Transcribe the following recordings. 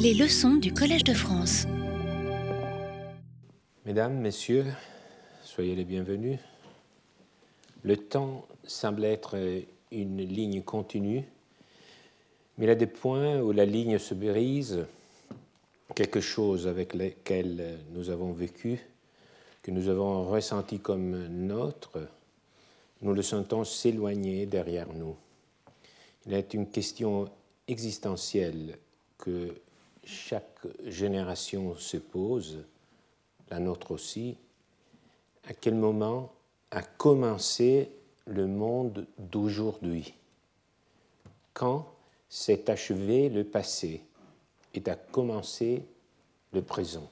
Les leçons du Collège de France. Mesdames, Messieurs, soyez les bienvenus. Le temps semble être une ligne continue, mais il y a des points où la ligne se brise, quelque chose avec lequel nous avons vécu, que nous avons ressenti comme nôtre, nous le sentons s'éloigner derrière nous. Il est une question existentielle que chaque génération se pose, la nôtre aussi. À quel moment a commencé le monde d'aujourd'hui? Quand s'est achevé le passé et a commencé le présent?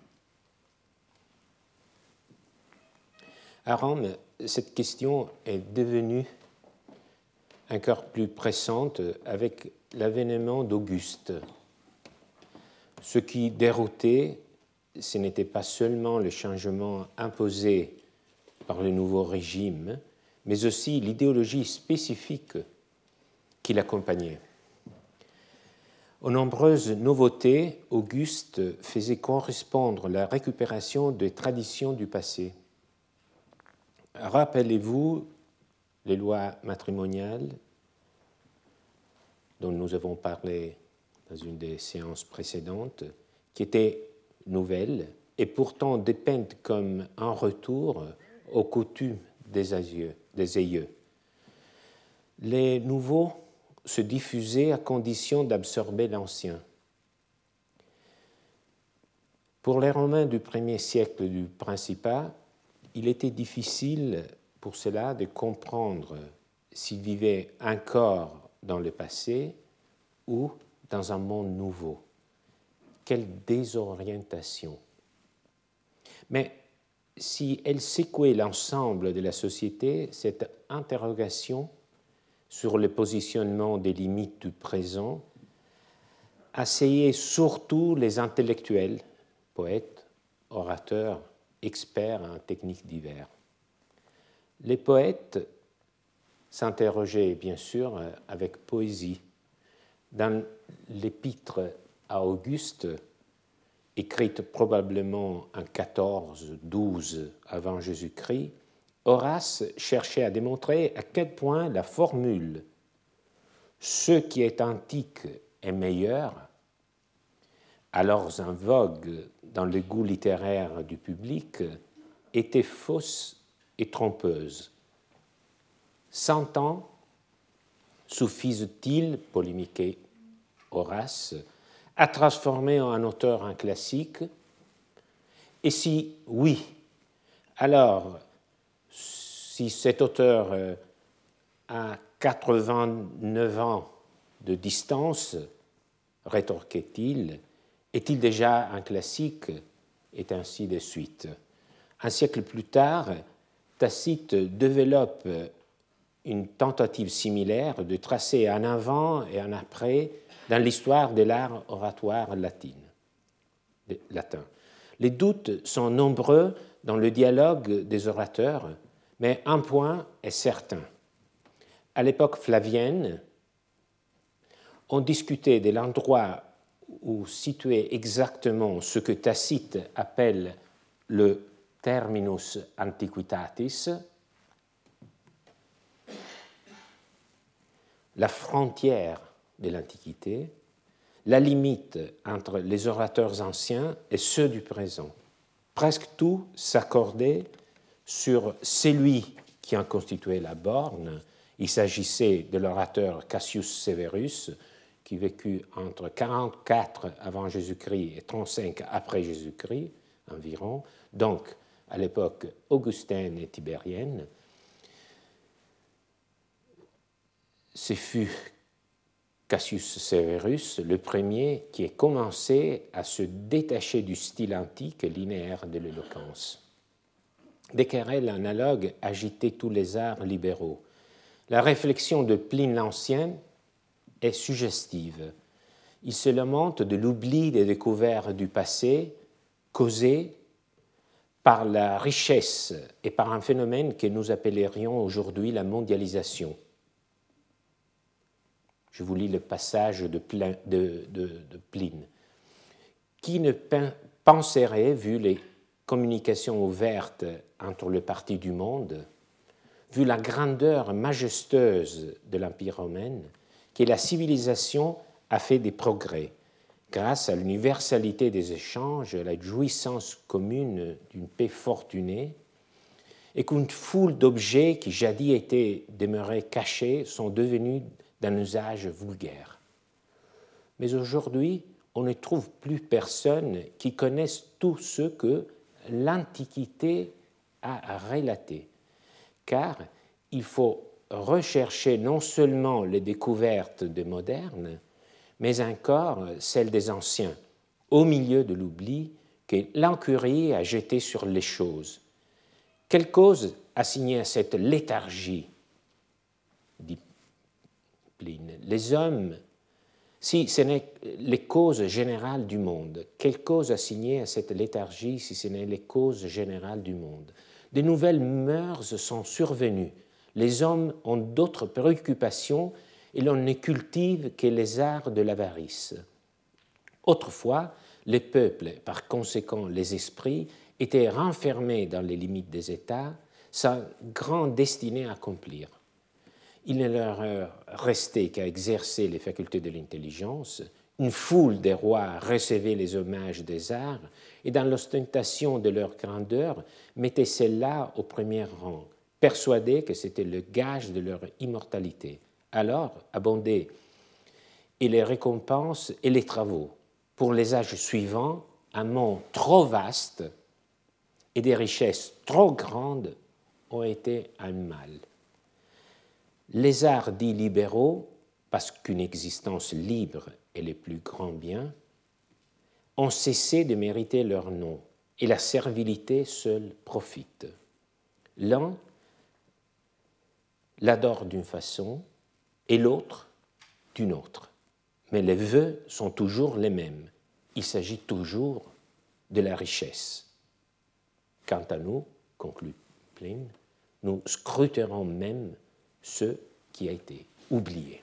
À Rome, cette question est devenue encore plus pressante avec l'avènement d'Auguste. Ce qui déroutait, ce n'était pas seulement le changement imposé par le nouveau régime, mais aussi l'idéologie spécifique qui l'accompagnait. Aux nombreuses nouveautés, Auguste faisait correspondre la récupération des traditions du passé. Rappelez-vous les lois matrimoniales dont nous avons parlé dans une des séances précédentes, qui étaient nouvelles et pourtant dépeintes comme un retour aux coutumes des aïeux. Les nouveaux se diffusaient à condition d'absorber l'ancien. Pour les Romains du 1er siècle du Principat, il était difficile pour cela de comprendre s'ils vivaient encore dans le passé ou dans un monde nouveau. Quelle désorientation! Mais si elle secouait l'ensemble de la société, cette interrogation sur le positionnement des limites du présent asseyait surtout les intellectuels, poètes, orateurs, experts en techniques diverses. Les poètes s'interrogeaient bien sûr avec poésie. Dans l'épître à Auguste, écrite probablement en 14-12 avant Jésus-Christ, Horace cherchait à démontrer à quel point la formule « ce qui est antique est meilleur », alors en vogue dans le goût littéraire du public, était fausse et trompeuse. 100 ans suffisent-ils, polémiquait Horace, à transformer un auteur en classique? Et si oui, alors si cet auteur a 89 ans de distance, rétorquait-il, est-il déjà un classique? Et ainsi de suite. Un siècle plus tard, Tacite développe une tentative similaire de tracer un avant et un après dans l'histoire de l'art oratoire latin. Les doutes sont nombreux dans le dialogue des orateurs, mais un point est certain. À l'époque flavienne, on discutait de l'endroit où situait exactement ce que Tacite appelle le terminus antiquitatis, la frontière de l'Antiquité, la limite entre les orateurs anciens et ceux du présent. Presque tout s'accordait sur celui qui en constituait la borne. Il s'agissait de l'orateur Cassius Severus, qui vécut entre 44 avant Jésus-Christ et 35 après Jésus-Christ environ, donc à l'époque augustine et tibérienne. Ce fut Cassius Severus le premier qui ait commencé à se détacher du style antique linéaire de l'éloquence. Des querelles analogues agitaient tous les arts libéraux. La réflexion de Pline l'Ancien est suggestive. Il se lamente de l'oubli des découvertes du passé causé par la richesse et par un phénomène que nous appellerions aujourd'hui la mondialisation. Je vous lis le passage de Pline. Qui ne penserait, vu les communications ouvertes entre les parties du monde, vu la grandeur majestueuse de l'Empire romain, que la civilisation a fait des progrès grâce à l'universalité des échanges, à la jouissance commune d'une paix fortunée, et qu'une foule d'objets qui jadis étaient demeurés cachés sont devenus d'un usage vulgaire. Mais aujourd'hui, on ne trouve plus personne qui connaisse tout ce que l'Antiquité a relaté, car il faut rechercher non seulement les découvertes des modernes, mais encore celles des anciens, au milieu de l'oubli que l'incurie a jeté sur les choses. Quelle cause assigner à cette léthargie, dit Pline? Les hommes, si ce n'est les causes générales du monde, quelle cause assigner à cette léthargie si ce n'est les causes générales du monde? De nouvelles mœurs sont survenues. Les hommes ont d'autres préoccupations et l'on ne cultive que les arts de l'avarice. Autrefois, les peuples, par conséquent les esprits, étaient renfermés dans les limites des États, sans grande destinée à accomplir. Il ne leur restait qu'à exercer les facultés de l'intelligence. Une foule des rois recevait les hommages des arts et, dans l'ostentation de leur grandeur, mettait celle-là au premier rang, persuadés que c'était le gage de leur immortalité. Alors abondaient et les récompenses et les travaux. Pour les âges suivants, un monde trop vaste et des richesses trop grandes ont été un mal. Les arts dits libéraux, parce qu'une existence libre est le plus grand bien, ont cessé de mériter leur nom et la servilité seule profite. L'un l'adore d'une façon et l'autre d'une autre. Mais les vœux sont toujours les mêmes. Il s'agit toujours de la richesse. Quant à nous, conclut Pline, nous scruterons même ce qui a été oublié.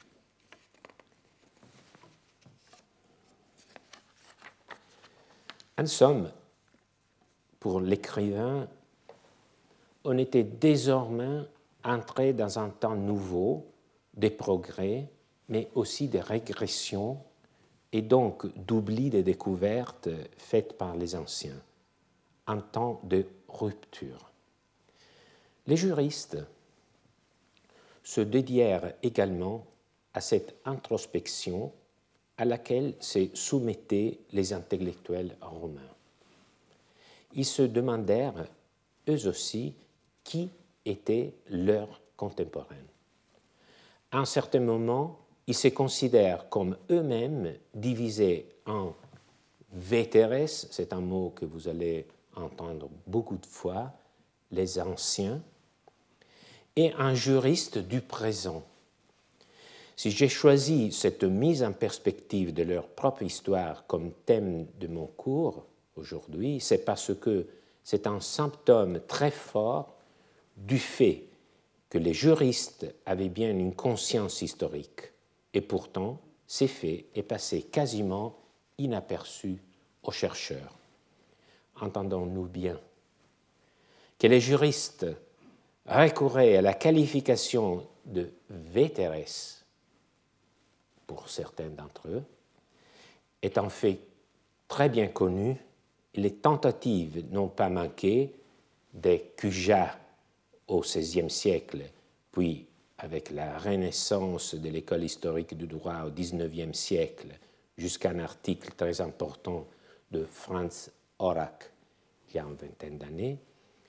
En somme, pour l'écrivain, on était désormais entré dans un temps nouveau, des progrès, mais aussi des régressions et donc d'oubli des découvertes faites par les anciens, un temps de rupture. Les juristes se dédièrent également à cette introspection à laquelle se soumettaient les intellectuels romains. Ils se demandèrent, eux aussi, qui étaient leurs contemporains. À un certain moment, ils se considèrent comme eux-mêmes divisés en vétéres, c'est un mot que vous allez entendre beaucoup de fois, les anciens, et un juriste du présent. Si j'ai choisi cette mise en perspective de leur propre histoire comme thème de mon cours aujourd'hui, c'est parce que c'est un symptôme très fort du fait que les juristes avaient bien une conscience historique, et pourtant ces faits est passé quasiment inaperçu aux chercheurs. Entendons-nous bien que les juristes recouraient à la qualification de vétéres, pour certains d'entre eux, est en fait très bien connu. Les tentatives n'ont pas manqué des Cujas au XVIe siècle, puis avec la renaissance de l'école historique du droit au XIXe siècle, jusqu'à un article très important de Franz Horak, il y a une vingtaine d'années,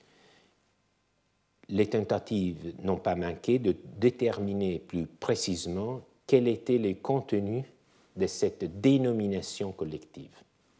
les tentatives n'ont pas manqué de déterminer plus précisément quel était le contenu de cette dénomination collective.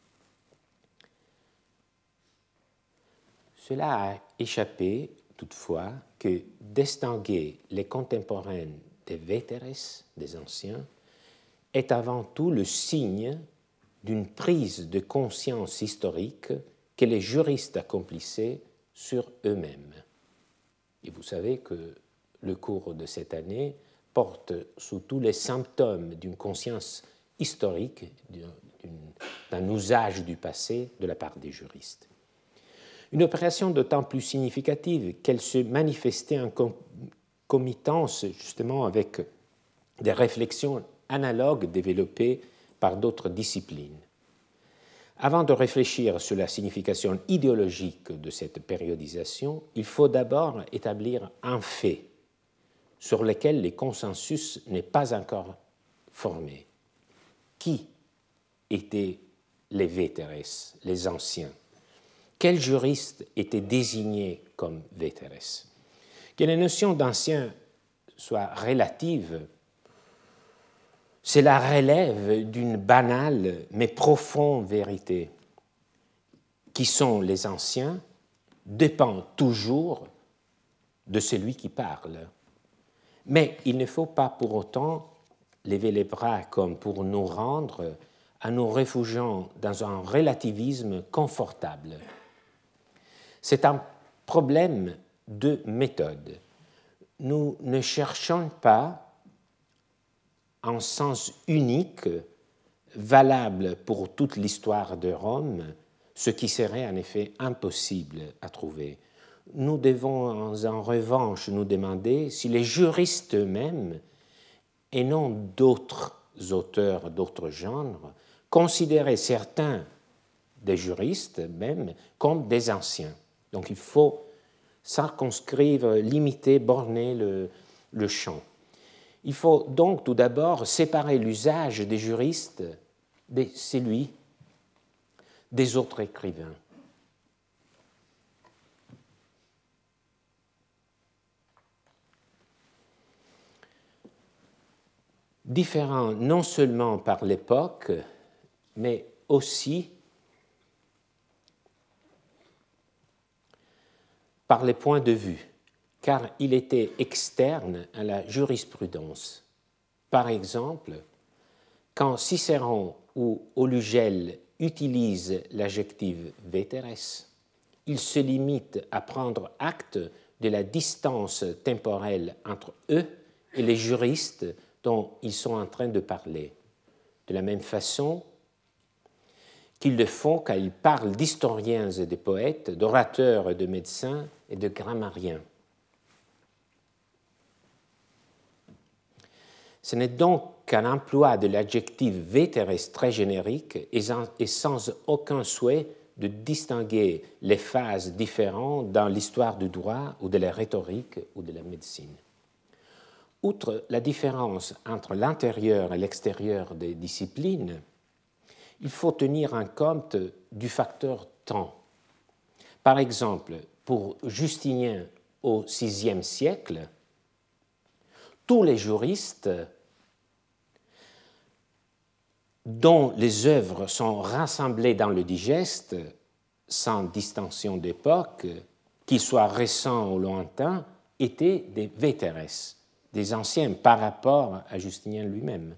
Cela a échappé, toutefois, que distinguer les contemporains des vétéres, des anciens, est avant tout le signe d'une prise de conscience historique que les juristes accomplissaient sur eux-mêmes. Et vous savez que le cours de cette année porte sous tous les symptômes d'une conscience historique, d'une d'un usage du passé de la part des juristes. Une opération d'autant plus significative qu'elle se manifestait en concomitance justement avec des réflexions analogues développées par d'autres disciplines. Avant de réfléchir sur la signification idéologique de cette périodisation, il faut d'abord établir un fait sur lequel le consensus n'est pas encore formé. Qui étaient les vétéres, les anciens? Quels juristes étaient désignés comme vétéres? Que la notion d'ancien soit relative, cela relève d'une banale mais profonde vérité. Qui sont les anciens dépend toujours de celui qui parle. Mais il ne faut pas pour autant lever les bras comme pour nous rendre à nous réfugiant dans un relativisme confortable. C'est un problème de méthode. Nous ne cherchons pas un sens unique, valable pour toute l'histoire de Rome, ce qui serait en effet impossible à trouver. Nous devons en revanche nous demander si les juristes eux-mêmes, et non d'autres auteurs d'autres genres, considéraient certains des juristes même comme des anciens. Donc il faut circonscrire, limiter, borner le champ. Il faut donc tout d'abord séparer l'usage des juristes de celui des autres écrivains. Différents non seulement par l'époque, mais aussi par les points de vue, car il était externe à la jurisprudence. Par exemple, quand Cicéron ou Olugel utilisent l'adjectif véteres, ils se limitent à prendre acte de la distance temporelle entre eux et les juristes dont ils sont en train de parler, de la même façon qu'ils le font quand ils parlent d'historiens et de poètes, d'orateurs et de médecins et de grammariens. Ce n'est donc qu'un emploi de l'adjectif véteres très générique et sans aucun souhait de distinguer les phases différentes dans l'histoire du droit ou de la rhétorique ou de la médecine. Outre la différence entre l'intérieur et l'extérieur des disciplines, il faut tenir en compte du facteur temps. Par exemple, pour Justinien au VIe siècle, tous les juristes dont les œuvres sont rassemblées dans le digeste, sans distinction d'époque, qu'ils soient récents ou lointains, étaient des véteres, des anciens par rapport à Justinien lui-même.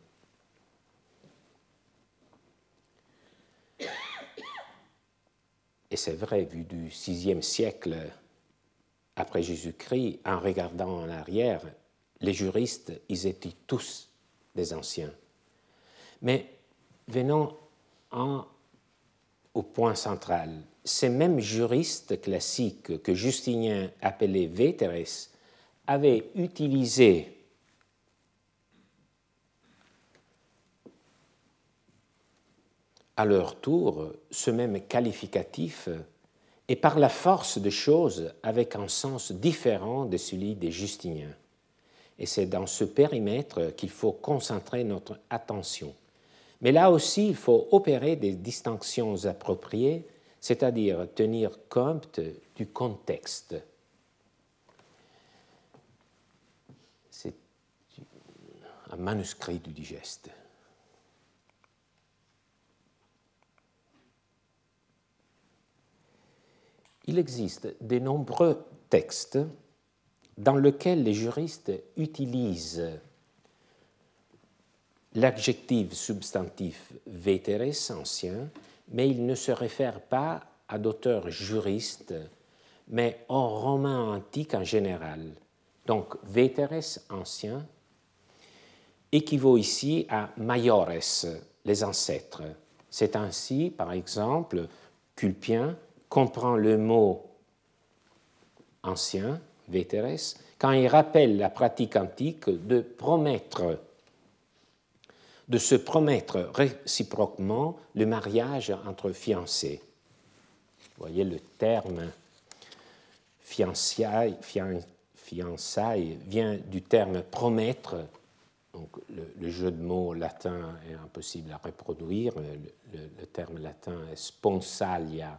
Et c'est vrai, vu du VIe siècle après Jésus-Christ, en regardant en arrière, les juristes, ils étaient tous des anciens. Mais venons au point central. Ces mêmes juristes classiques que Justinien appelait véteres avaient utilisé à leur tour ce même qualificatif et par la force des choses avec un sens différent de celui des Justiniens. Et c'est dans ce périmètre qu'il faut concentrer notre attention. Mais là aussi, il faut opérer des distinctions appropriées, c'est-à-dire tenir compte du contexte. C'est un manuscrit du digeste. Il existe de nombreux textes dans lesquels les juristes utilisent l'adjectif substantif véteres, ancien, mais ils ne se réfèrent pas à d'auteurs juristes, mais aux Romains antiques en général. Donc, véteres, ancien, équivaut ici à maiores, les ancêtres, C'est ainsi, par exemple, qu'Ulpien comprend le mot ancien, véteres, quand il rappelle la pratique antique de se promettre réciproquement le mariage entre fiancés. Vous voyez, le terme fiançailles vient du terme promettre. Donc, le jeu de mots latin est impossible à reproduire. Le terme latin sponsalia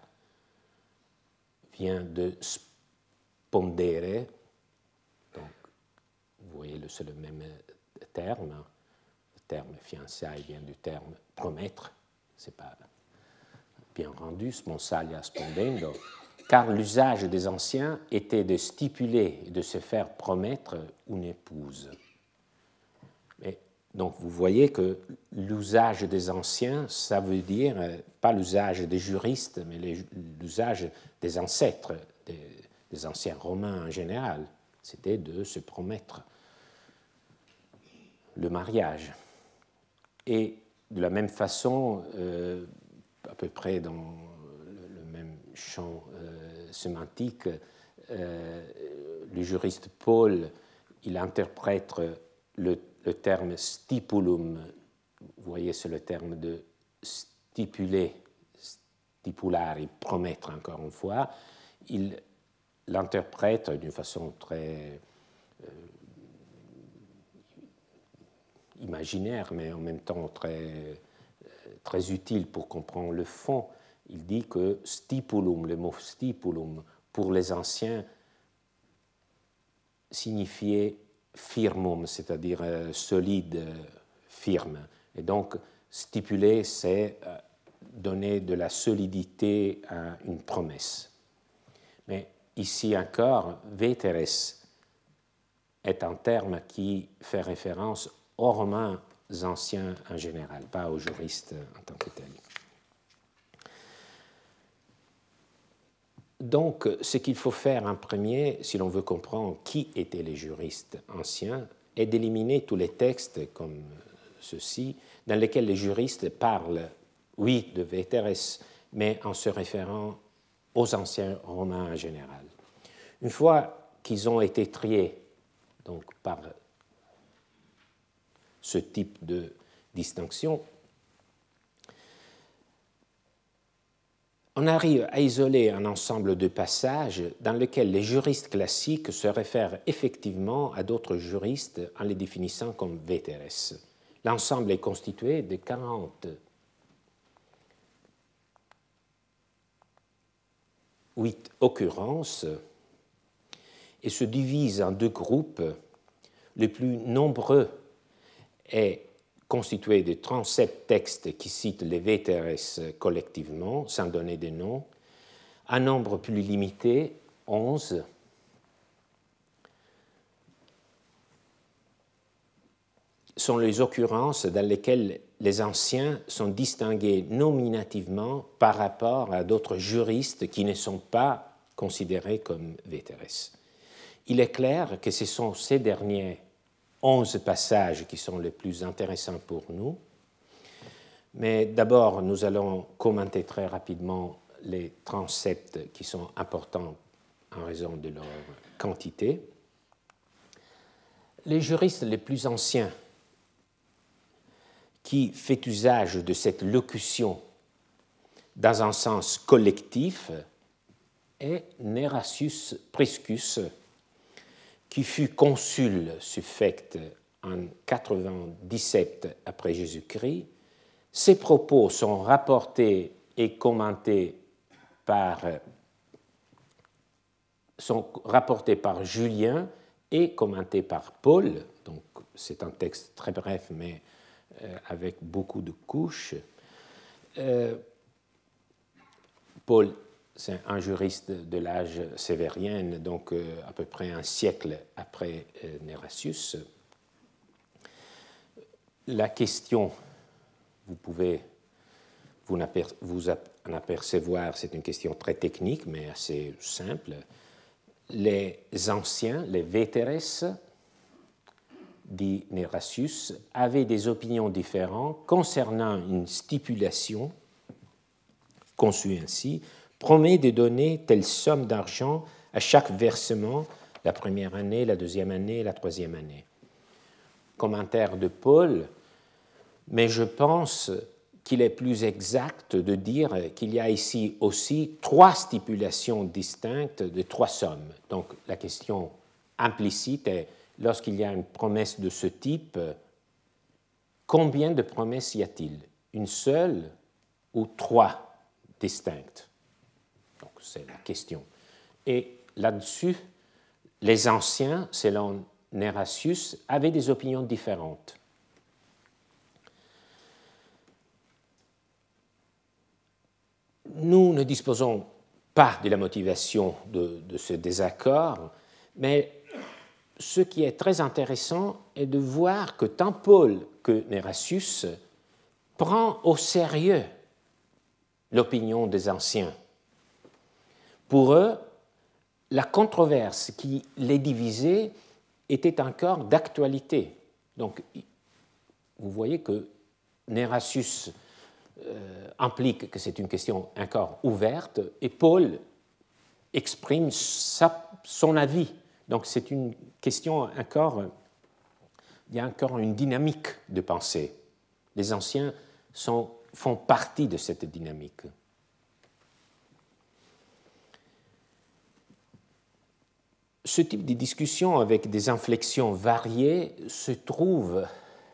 vient de spondere. Donc, vous voyez, c'est le même terme. Le terme fiançailles vient du terme promettre. Ce n'est pas bien rendu, sponsalia spondendo, car l'usage des anciens était de stipuler et de se faire promettre une épouse. Et donc vous voyez que l'usage des anciens, ça veut dire pas l'usage des juristes, mais l'usage des ancêtres, des anciens romains en général. C'était de se promettre le mariage. Et de la même façon, à peu près dans le même champ sémantique, le juriste Paul, il interprète le terme stipulum, vous voyez, c'est le terme de stipuler, stipulare, promettre encore une fois, il l'interprète d'une façon très imaginaire, mais en même temps très utile pour comprendre le fond. Il dit que stipulum, le mot stipulum, pour les anciens, signifiait firmum, c'est-à-dire solide, firme. Et donc, stipuler, c'est donner de la solidité à une promesse. Mais ici encore, veteres est un terme qui fait référence aux Romains anciens en général, pas aux juristes en tant que tels. Donc, ce qu'il faut faire en premier, si l'on veut comprendre qui étaient les juristes anciens, est d'éliminer tous les textes comme ceci, dans lesquels les juristes parlent, oui, de veteres, mais en se référant aux anciens romains en général. Une fois qu'ils ont été triés donc, par ce type de distinction, on arrive à isoler un ensemble de passages dans lesquels les juristes classiques se réfèrent effectivement à d'autres juristes en les définissant comme veteres. L'ensemble est constitué de 48 occurrences et se divise en deux groupes. Le plus nombreux est constitué de 37 textes qui citent les veteres collectivement, sans donner de noms. Un nombre plus limité, 11, sont les occurrences dans lesquelles les anciens sont distingués nominativement par rapport à d'autres juristes qui ne sont pas considérés comme veteres. Il est clair que ce sont ces derniers 11 passages qui sont les plus intéressants pour nous. Mais d'abord, nous allons commenter très rapidement les 37 qui sont importants en raison de leur quantité. Les juristes les plus anciens qui font usage de cette locution dans un sens collectif est Neratius Priscus, qui fut consul suffect en 97 après Jésus-Christ. Ses propos sont rapportés et commentés par Julien et commentés par Paul. Donc, c'est un texte très bref, mais avec beaucoup de couches. Paul, c'est un juriste de l'âge sévérien, donc à peu près un siècle après Neratius. La question, vous pouvez vous en apercevoir, c'est une question très technique, mais assez simple. Les anciens, les veteres, dit Neratius, avaient des opinions différentes concernant une stipulation conçu ainsi, promet de donner telle somme d'argent à chaque versement, la première année, la deuxième année, la troisième année. Commentaire de Paul, mais je pense qu'il est plus exact de dire qu'il y a ici aussi trois stipulations distinctes de trois sommes. Donc la question implicite est, lorsqu'il y a une promesse de ce type, combien de promesses y a-t-il? Une seule ou trois distinctes? Donc c'est la question. Et là-dessus, les anciens, selon Nerasius, avaient des opinions différentes. Nous ne disposons pas de la motivation de ce désaccord, mais ce qui est très intéressant est de voir que tant Paul que Nerasius prend au sérieux l'opinion des anciens. Pour eux, la controverse qui les divisait était encore d'actualité. Donc, vous voyez que Nerasius implique que c'est une question encore ouverte et Paul exprime son avis. Donc, c'est une question encore, il y a encore une dynamique de pensée. Les anciens font partie de cette dynamique. Ce type de discussion avec des inflexions variées se trouve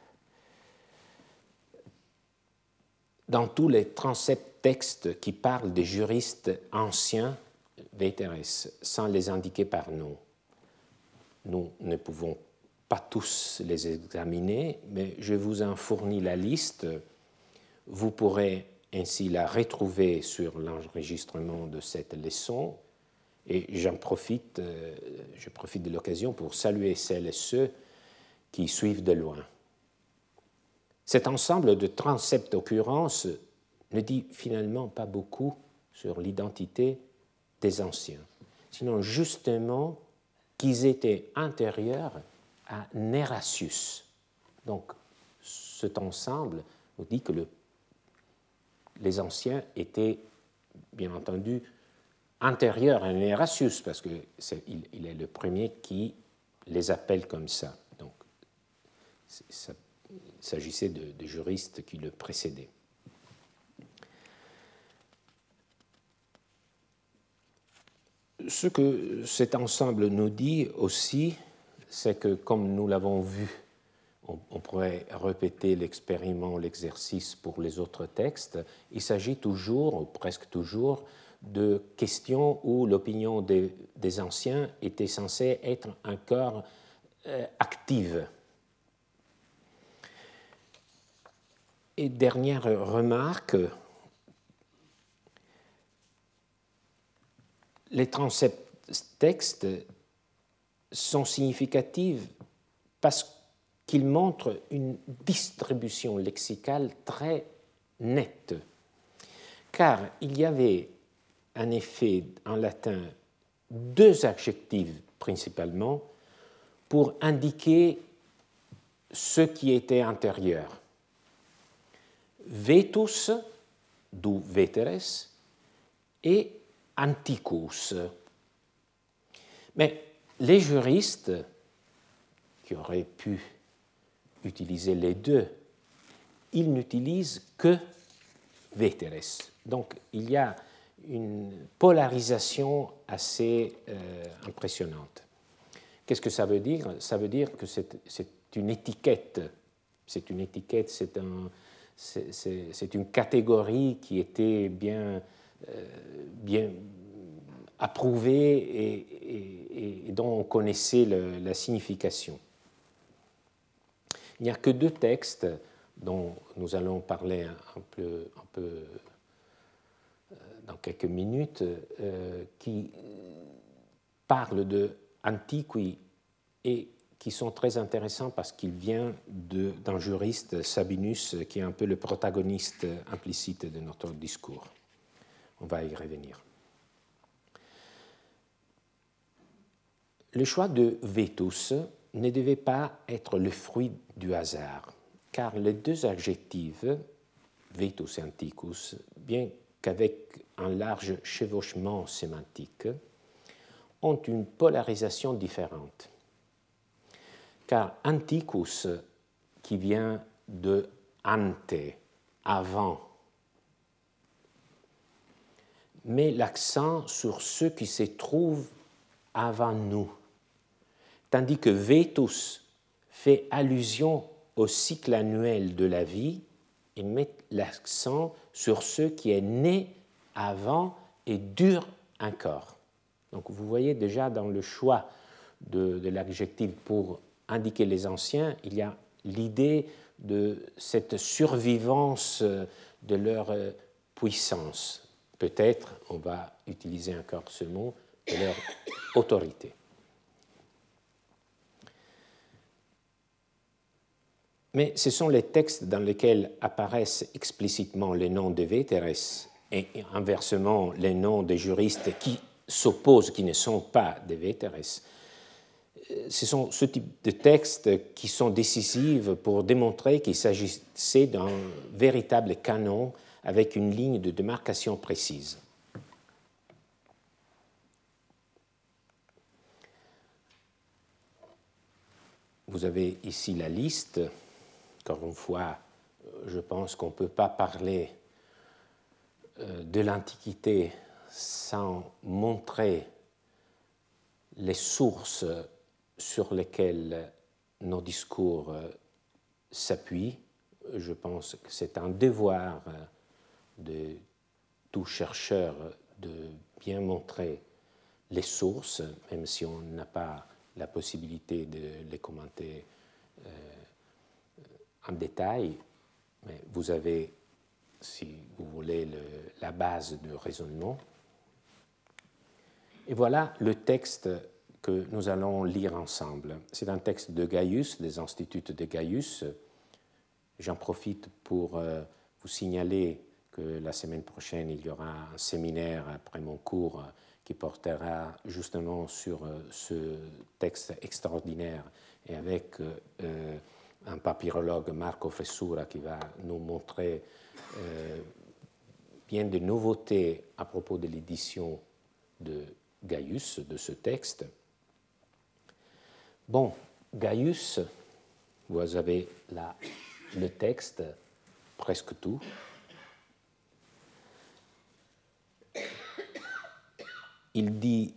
dans tous les 37 textes qui parlent des juristes anciens vétéres, sans les indiquer par nom. Nous ne pouvons pas tous les examiner, mais je vous en fournis la liste. Vous pourrez ainsi la retrouver sur l'enregistrement de cette leçon. Et je profite de l'occasion pour saluer celles et ceux qui suivent de loin. Cet ensemble de 37 occurrences ne dit finalement pas beaucoup sur l'identité des anciens, sinon justement qu'ils étaient antérieurs à Nerasius. Donc cet ensemble nous dit que les anciens étaient bien entendu antérieurs à Nerasius, parce qu'il est le premier qui les appelle comme ça. Donc il s'agissait de juristes qui le précédaient. Ce que cet ensemble nous dit aussi, c'est que, comme nous l'avons vu, on pourrait répéter l'exercice pour les autres textes, il s'agit toujours, ou presque toujours, de questions où l'opinion des anciens était censée être encore active. Et dernière remarque, les 37 textes sont significatifs parce qu'ils montrent une distribution lexicale très nette, car il y avait en effet en latin deux adjectifs principalement pour indiquer ce qui était antérieur. Vetus, d'où veteres, et antiquus. Mais les juristes, qui auraient pu utiliser les deux, ils n'utilisent que veteres. Donc il y a une polarisation assez impressionnante. Qu'est-ce que ça veut dire? Ça veut dire que c'est une étiquette. C'est une étiquette, c'est une catégorie qui était bien approuvée et dont on connaissait la signification. Il n'y a que deux textes dont nous allons parler un peu dans quelques minutes, qui parlent de antiqui et qui sont très intéressants parce qu'il vient d'un juriste, Sabinus, qui est un peu le protagoniste implicite de notre discours. On va y revenir. Le choix de vetus ne devait pas être le fruit du hasard, car les deux adjectifs, vetus et antiquus, bien qu'avec un large chevauchement sémantique, ont une polarisation différente. Car antiquus, qui vient de ante, avant, met l'accent sur ce qui se trouve avant nous, tandis que vetus fait allusion au cycle annuel de la vie et met l'accent sur ce qui est né avant et dure encore. Donc vous voyez déjà dans le choix de l'adjectif pour indiquer les anciens, il y a l'idée de cette survivance de leur puissance. Peut-être, on va utiliser encore ce mot, de leur autorité. Mais ce sont les textes dans lesquels apparaissent explicitement les noms de vétéres et inversement les noms des juristes qui s'opposent, qui ne sont pas des vétéres. Ce sont ce type de textes qui sont décisifs pour démontrer qu'il s'agissait d'un véritable canon avec une ligne de démarcation précise. Vous avez ici la liste. Encore une fois, je pense qu'on ne peut pas parler de l'Antiquité sans montrer les sources sur lesquelles nos discours s'appuient. Je pense que c'est un devoir de tout chercheur de bien montrer les sources, même si on n'a pas la possibilité de les commenter en détail. Mais vous avez, si vous voulez, la base de raisonnement. Et voilà le texte que nous allons lire ensemble. C'est un texte de Gaius, des Instituts de Gaius. J'en profite pour vous signaler que la semaine prochaine, il y aura un séminaire après mon cours qui portera justement sur ce texte extraordinaire et avec un papyrologue, Marco Fessura, qui va nous montrer bien des nouveautés à propos de l'édition de Gaius, de ce texte. Bon, Gaius, vous avez là le texte, presque tout. Il dit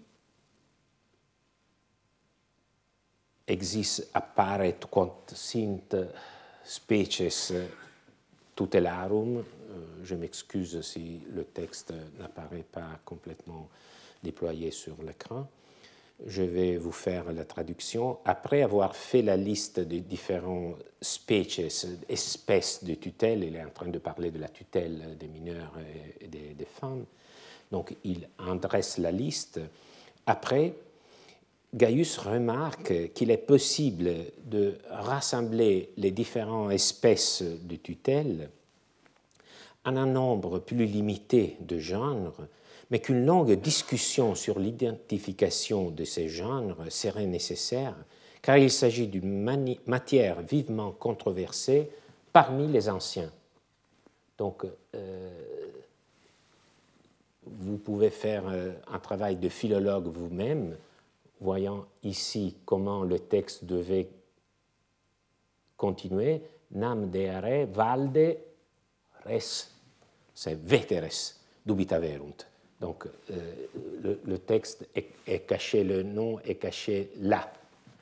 exis apparet quod sint species tutelarum. Je m'excuse si le texte n'apparaît pas complètement déployé sur l'écran. Je vais vous faire la traduction. Après avoir fait la liste des différents species, espèces de tutelle, il est en train de parler de la tutelle des mineurs et des femmes. Donc, il en dresse la liste. Après, Gaius remarque qu'il est possible de rassembler les différentes espèces de tutelle en un nombre plus limité de genres, mais qu'une longue discussion sur l'identification de ces genres serait nécessaire, car il s'agit d'une matière vivement controversée parmi les anciens. Donc, vous pouvez faire un travail de philologue vous-même, voyant ici comment le texte devait continuer. Nam deare valde res, c'est veteres dubitaverunt. Donc, le texte est caché, le nom est caché là.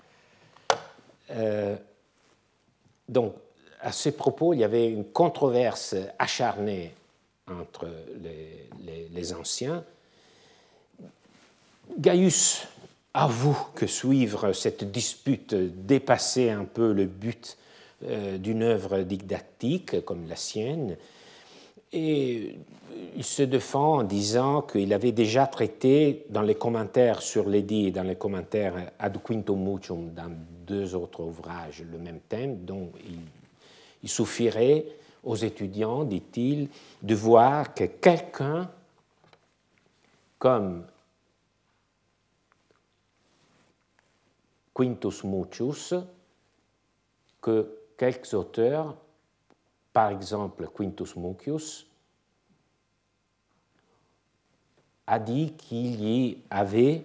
Donc, à ce propos, il y avait une controverse acharnée entre les anciens. Gaius avoue que suivre cette dispute dépassait un peu le but d'une œuvre didactique comme la sienne, et il se défend en disant qu'il avait déjà traité dans les commentaires sur l'édit et dans les commentaires ad quintum mucium dans deux autres ouvrages le même thème, dont il suffirait aux étudiants, dit-il, de voir que quelqu'un comme Quintus Mucius, que quelques auteurs, par exemple Quintus Mucius, a dit qu'il y avait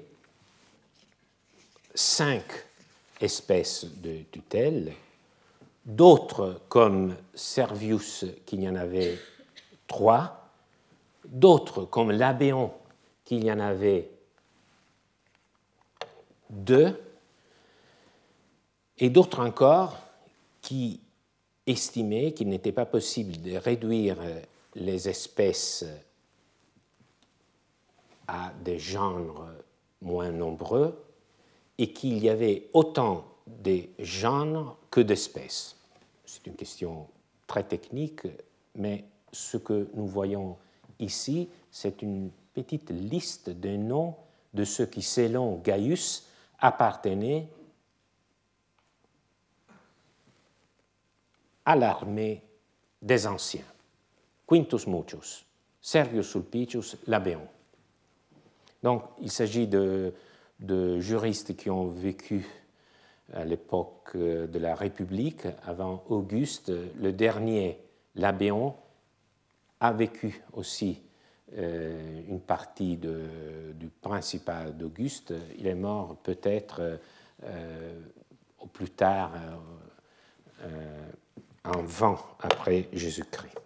5 espèces de tutelle, d'autres comme Servius qu'il y en avait 3, d'autres comme Labéon qu'il y en avait 2, et d'autres encore qui estimaient qu'il n'était pas possible de réduire les espèces à des genres moins nombreux et qu'il y avait autant de genres que d'espèces. C'est une question très technique, mais ce que nous voyons ici, c'est une petite liste de noms de ceux qui, selon Gaius, appartenaient à l'armée des anciens. Quintus Mucius, Servius Sulpicius, Labéon. Donc, il s'agit de juristes qui ont vécu à l'époque de la République, avant Auguste. Le dernier, Labéon, a vécu aussi une partie du principat d'Auguste. Il est mort peut-être au plus tard en 20 après Jésus-Christ.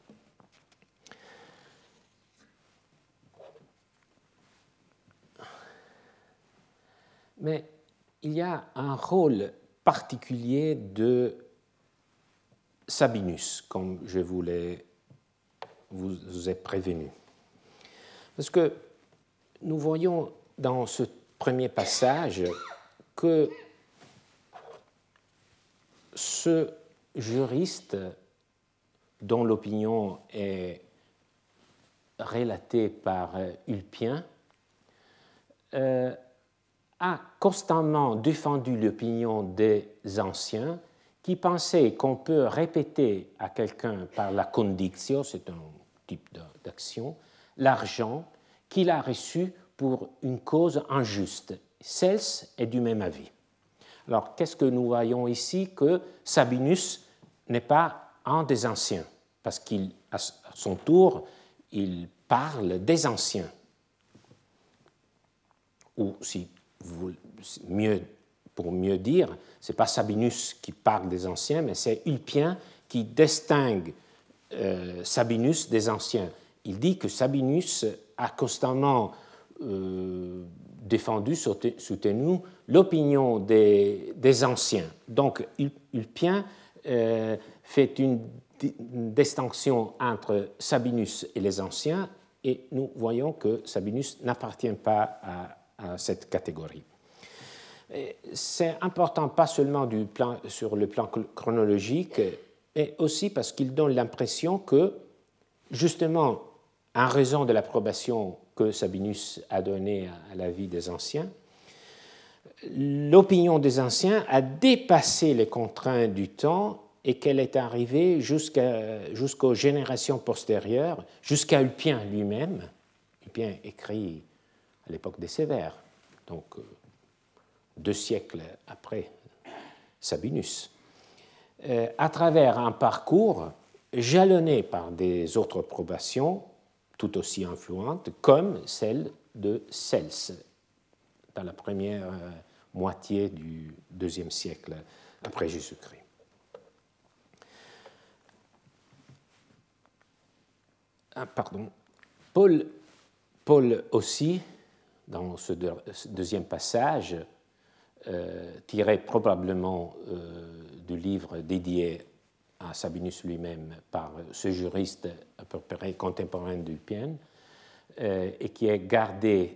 Mais il y a un rôle particulier de Sabinus, comme je vous ai prévenu. Parce que nous voyons dans ce premier passage que ce juriste, dont l'opinion est relatée par Ulpien, a constamment défendu l'opinion des anciens qui pensaient qu'on peut répéter à quelqu'un par la condictio, c'est un type d'action, l'argent qu'il a reçu pour une cause injuste. Cels est du même avis. Alors, qu'est-ce que nous voyons ici? Que Sabinus n'est pas un des anciens, parce qu'à son tour, il parle des anciens. Ou si pour mieux dire, ce n'est pas Sabinus qui parle des anciens, mais c'est Ulpien qui distingue Sabinus des anciens. Il dit que Sabinus a constamment défendu, soutenu l'opinion des anciens. Donc Ulpien fait une distinction entre Sabinus et les anciens, et nous voyons que Sabinus n'appartient pas à cette catégorie. C'est important pas seulement sur le plan chronologique, mais aussi parce qu'il donne l'impression que, justement, en raison de l'approbation que Sabinus a donnée à la vie des anciens, l'opinion des anciens a dépassé les contraintes du temps et qu'elle est arrivée jusqu'aux générations postérieures, jusqu'à Ulpien lui-même. Ulpien écrit à l'époque des Sévères, donc 2 siècles après Sabinus, à travers un parcours jalonné par des autres probations tout aussi influentes, comme celle de Cels, dans la première moitié du IIe siècle après Jésus-Christ. Paul aussi, dans ce deuxième passage, tiré probablement du livre dédié à Sabinus lui-même par ce juriste à peu près contemporain d'Ulpien, et qui est gardé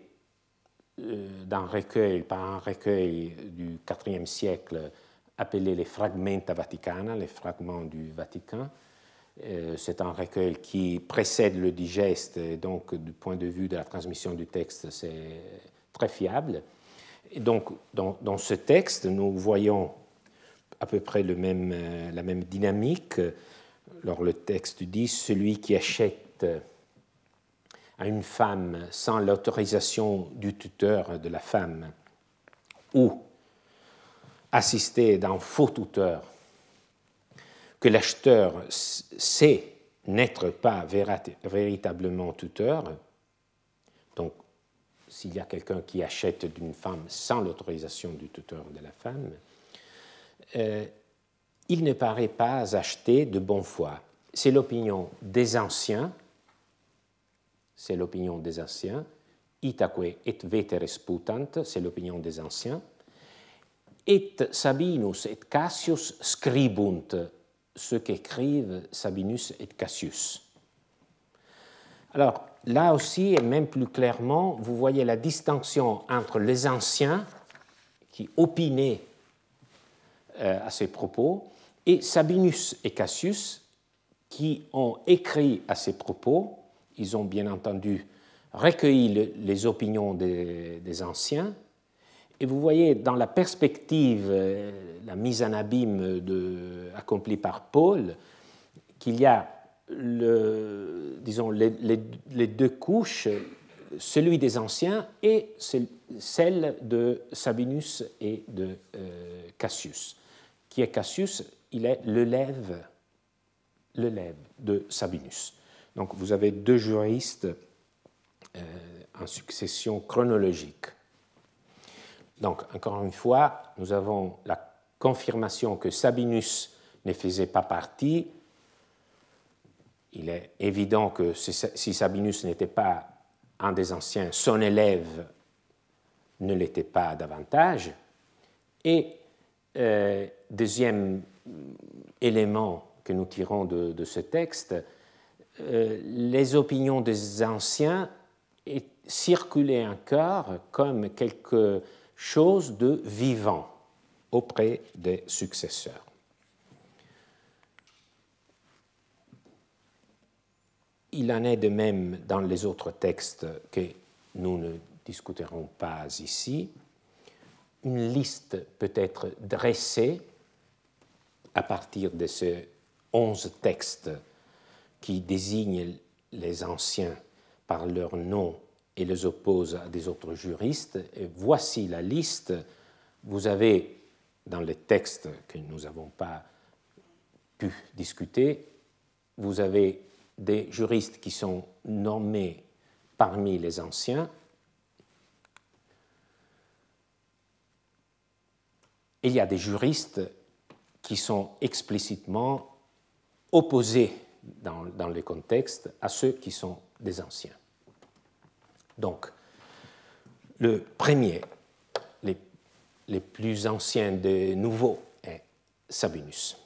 par un recueil du IVe siècle appelé les Fragmenta Vaticana, les fragments du Vatican. C'est un recueil qui précède le digeste, et donc du point de vue de la transmission du texte, c'est très fiable. Et donc, dans ce texte, nous voyons à peu près la même dynamique. Alors, le texte dit « Celui qui achète à une femme sans l'autorisation du tuteur de la femme ou assisté d'un faux tuteur, que l'acheteur sait n'être pas véritablement tuteur, Donc, s'il y a quelqu'un qui achète d'une femme sans l'autorisation du tuteur de la femme, il ne paraît pas acheter de bonne foi. C'est l'opinion des anciens, itaque et veteres putant, c'est l'opinion des anciens, et Sabinus et Cassius scribunt, ce qu'écrivent Sabinus et Cassius. Alors, là aussi, et même plus clairement, vous voyez la distinction entre les anciens qui opinaient à ces propos et Sabinus et Cassius qui ont écrit à ces propos. Ils ont bien entendu recueilli les opinions des anciens. Et vous voyez dans la perspective, la mise en abîme accomplie par Paul, qu'il y a disons, les deux couches, celui des anciens et celle de Sabinus et de Cassius. Qui est Cassius? Il est l'élève de Sabinus. Donc vous avez deux juristes en succession chronologique. Donc, encore une fois, nous avons la confirmation que Sabinus ne faisait pas partie. Il est évident que si Sabinus n'était pas un des anciens, son élève ne l'était pas davantage. Et deuxième élément que nous tirons de ce texte, les opinions des anciens circulaient encore comme quelque chose de vivant auprès des successeurs. Il en est de même dans les autres textes que nous ne discuterons pas ici. Une liste peut être dressée à partir de ces 11 textes qui désignent les anciens par leur nom et les opposent à des autres juristes. Et voici la liste. Vous avez, dans les textes que nous n'avons pas pu discuter, vous avez des juristes qui sont nommés parmi les anciens. Et il y a des juristes qui sont explicitement opposés dans le contexte à ceux qui sont des anciens. Donc, le premier, les plus anciens des nouveaux, est Sabinus.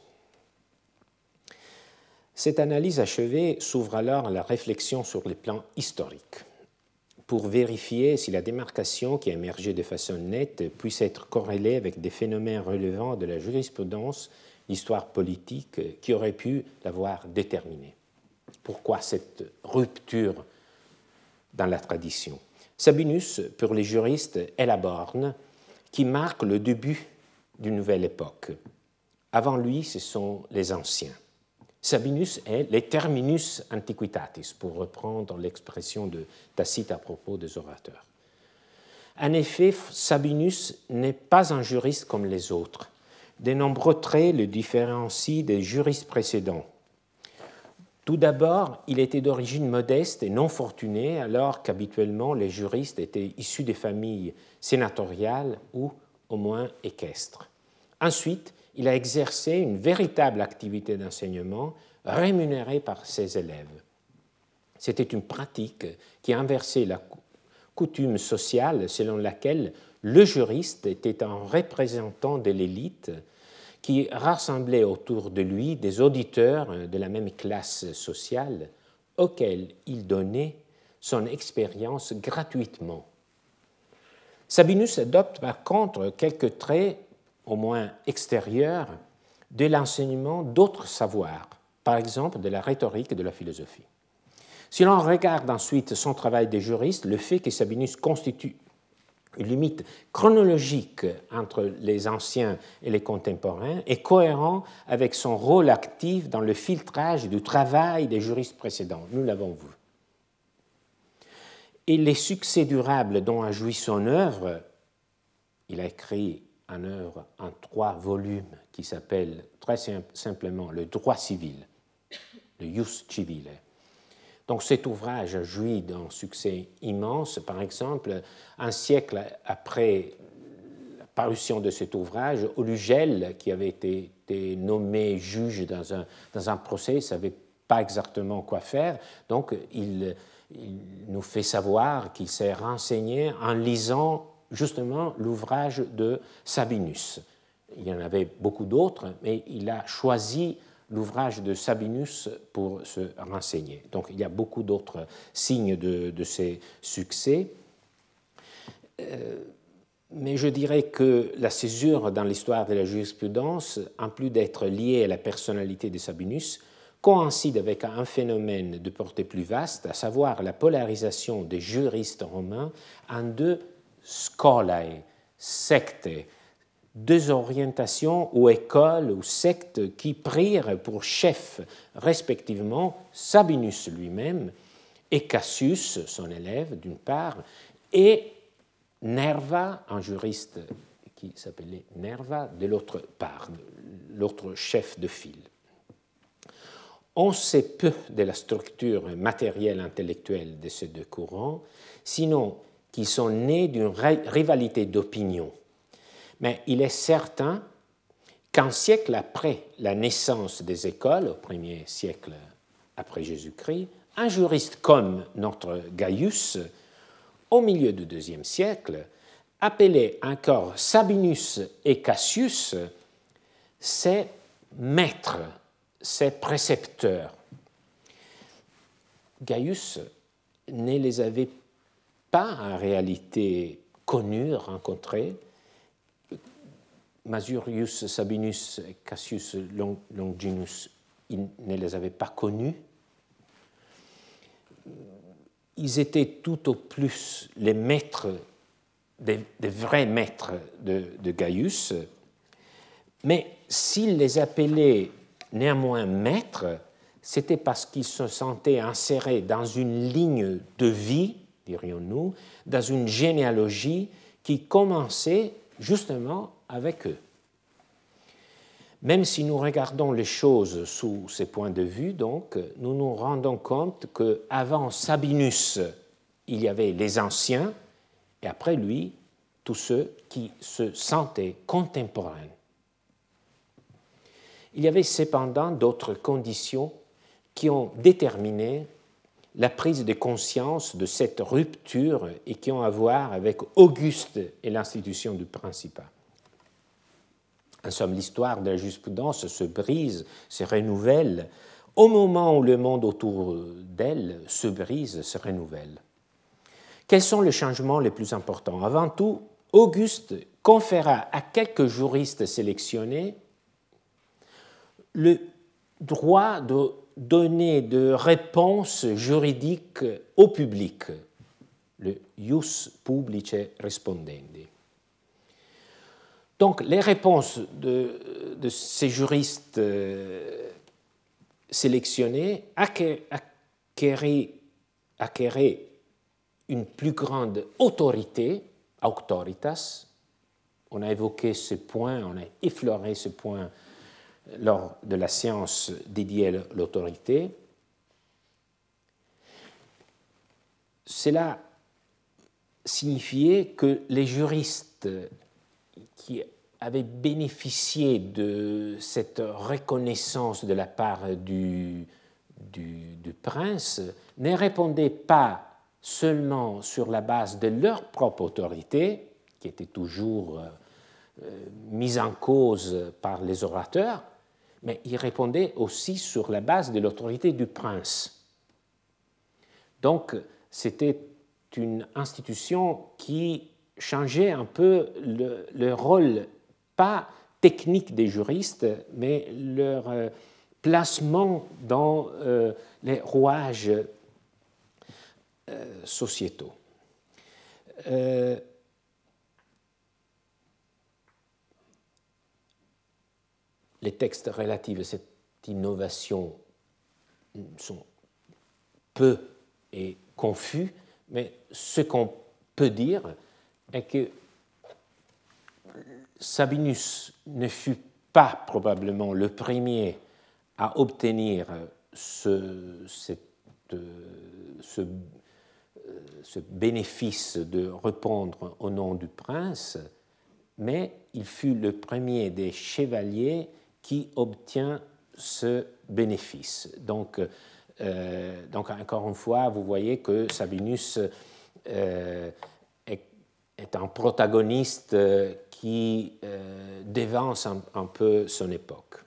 Cette analyse achevée s'ouvre alors à la réflexion sur les plans historiques, pour vérifier si la démarcation qui a émergé de façon nette puisse être corrélée avec des phénomènes relevant de la jurisprudence, l'histoire politique, qui aurait pu l'avoir déterminée. Pourquoi cette rupture dans la tradition? Sabinus, pour les juristes, est la borne qui marque le début d'une nouvelle époque. Avant lui, ce sont les anciens. Sabinus est le terminus antiquitatis, pour reprendre l'expression de Tacite à propos des orateurs. En effet, Sabinus n'est pas un juriste comme les autres. De nombreux traits le différencient des juristes précédents. Tout d'abord, il était d'origine modeste et non fortunée, alors qu'habituellement les juristes étaient issus des familles sénatoriales ou au moins équestres. Ensuite, il a exercé une véritable activité d'enseignement rémunérée par ses élèves. C'était une pratique qui inversait la coutume sociale selon laquelle le juriste était un représentant de l'élite qui rassemblait autour de lui des auditeurs de la même classe sociale auxquels il donnait son expérience gratuitement. Sabinus adopte par contre quelques traits, au moins extérieurs, de l'enseignement d'autres savoirs, par exemple de la rhétorique et de la philosophie. Si l'on regarde ensuite son travail de juriste, le fait que Sabinus constitue une limite chronologique entre les anciens et les contemporains est cohérent avec son rôle actif dans le filtrage du travail des juristes précédents. Nous l'avons vu. Et les succès durables dont a joui son œuvre, il a écrit une œuvre en 3 volumes qui s'appelle très simplement le droit civil, le Ius Civile, Donc cet ouvrage a joui d'un succès immense. Par exemple, un siècle après la parution de cet ouvrage, Olugel, qui avait été nommé juge dans un procès, ne savait pas exactement quoi faire. Donc il nous fait savoir qu'il s'est renseigné en lisant justement l'ouvrage de Sabinus. Il y en avait beaucoup d'autres, mais il a choisi l'ouvrage de Sabinus pour se renseigner. Donc il y a beaucoup d'autres signes de ces succès. Mais je dirais que la césure dans l'histoire de la jurisprudence, en plus d'être liée à la personnalité de Sabinus, coïncide avec un phénomène de portée plus vaste, à savoir la polarisation des juristes romains en deux scolae, sectes, deux orientations ou écoles ou sectes qui prirent pour chef respectivement Sabinus lui-même et Cassius, son élève d'une part, et Nerva, un juriste qui s'appelait Nerva, de l'autre part, l'autre chef de file. On sait peu de la structure matérielle intellectuelle de ces deux courants, sinon qu'ils sont nés d'une rivalité d'opinion. Mais il est certain qu'un siècle après la naissance des écoles, au 1er siècle après Jésus-Christ, un juriste comme notre Gaius, au milieu du IIe siècle, appelait encore Sabinus et Cassius ses maîtres, ses précepteurs. Gaius ne les avait pas en réalité connus, rencontrés. Masurius, Sabinus et Cassius Longinus, il ne les avait pas connus. Ils étaient tout au plus les maîtres, des vrais maîtres de Gaius, mais s'il les appelait néanmoins maîtres, c'était parce qu'ils se sentaient insérés dans une ligne de vie, dirions-nous, dans une généalogie qui commençait justement avec eux. Même si nous regardons les choses sous ces points de vue, donc, nous nous rendons compte qu'avant Sabinus, il y avait les anciens, et après lui, tous ceux qui se sentaient contemporains. Il y avait cependant d'autres conditions qui ont déterminé la prise de conscience de cette rupture et qui ont à voir avec Auguste et l'institution du Principat. En somme, l'histoire de la jurisprudence se brise, se renouvelle, au moment où le monde autour d'elle se brise, se renouvelle. Quels sont les changements les plus importants? Avant tout, Auguste conféra à quelques juristes sélectionnés le droit de donner de réponses juridiques au public, le ius publice respondendi. Donc, les réponses de ces juristes sélectionnés acquéraient une plus grande autorité, auctoritas. On a évoqué ce point, on a effleuré ce point lors de la séance dédiée à l'autorité. Cela signifiait que les juristes qui avaient bénéficié de cette reconnaissance de la part du prince ne répondaient pas seulement sur la base de leur propre autorité, qui était toujours mise en cause par les orateurs, mais ils répondaient aussi sur la base de l'autorité du prince. Donc, c'était une institution qui changeait un peu le rôle, pas technique des juristes, mais leur placement dans les rouages sociétaux. Les textes relatifs à cette innovation sont peu et confus, mais ce qu'on peut dire est que Sabinus ne fut pas probablement le premier à obtenir cette ce bénéfice de répondre au nom du prince, mais il fut le premier des chevaliers qui obtient ce bénéfice. Donc encore une fois, vous voyez que Sabinus est un protagoniste qui dévance un peu son époque.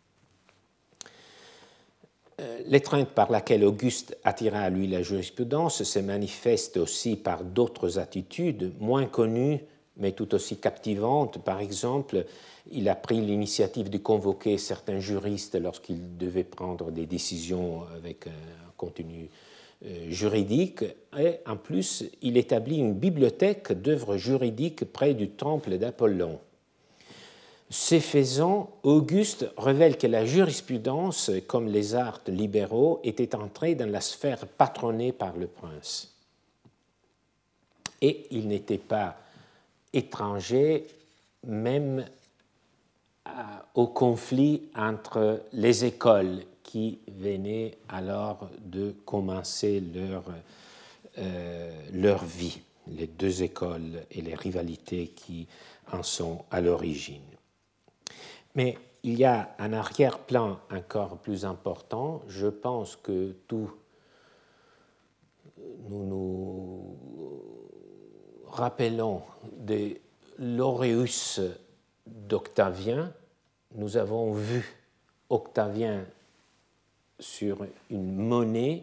L'étreinte par laquelle Auguste attira à lui la jurisprudence se manifeste aussi par d'autres attitudes moins connues mais tout aussi captivantes. Par exemple, il a pris l'initiative de convoquer certains juristes lorsqu'ils devaient prendre des décisions avec un contenu juridique, et en plus, il établit une bibliothèque d'œuvres juridiques près du temple d'Apollon. Ce faisant, Auguste révèle que la jurisprudence, comme les arts libéraux, était entrée dans la sphère patronnée par le prince. Et il n'était pas étranger même au conflit entre les écoles qui venaient alors de commencer leur vie, les deux écoles et les rivalités qui en sont à l'origine. Mais il y a un arrière-plan encore plus important. Je pense que nous rappelons de l'auréus d'Octavien. Nous avons vu Octavien sur une monnaie,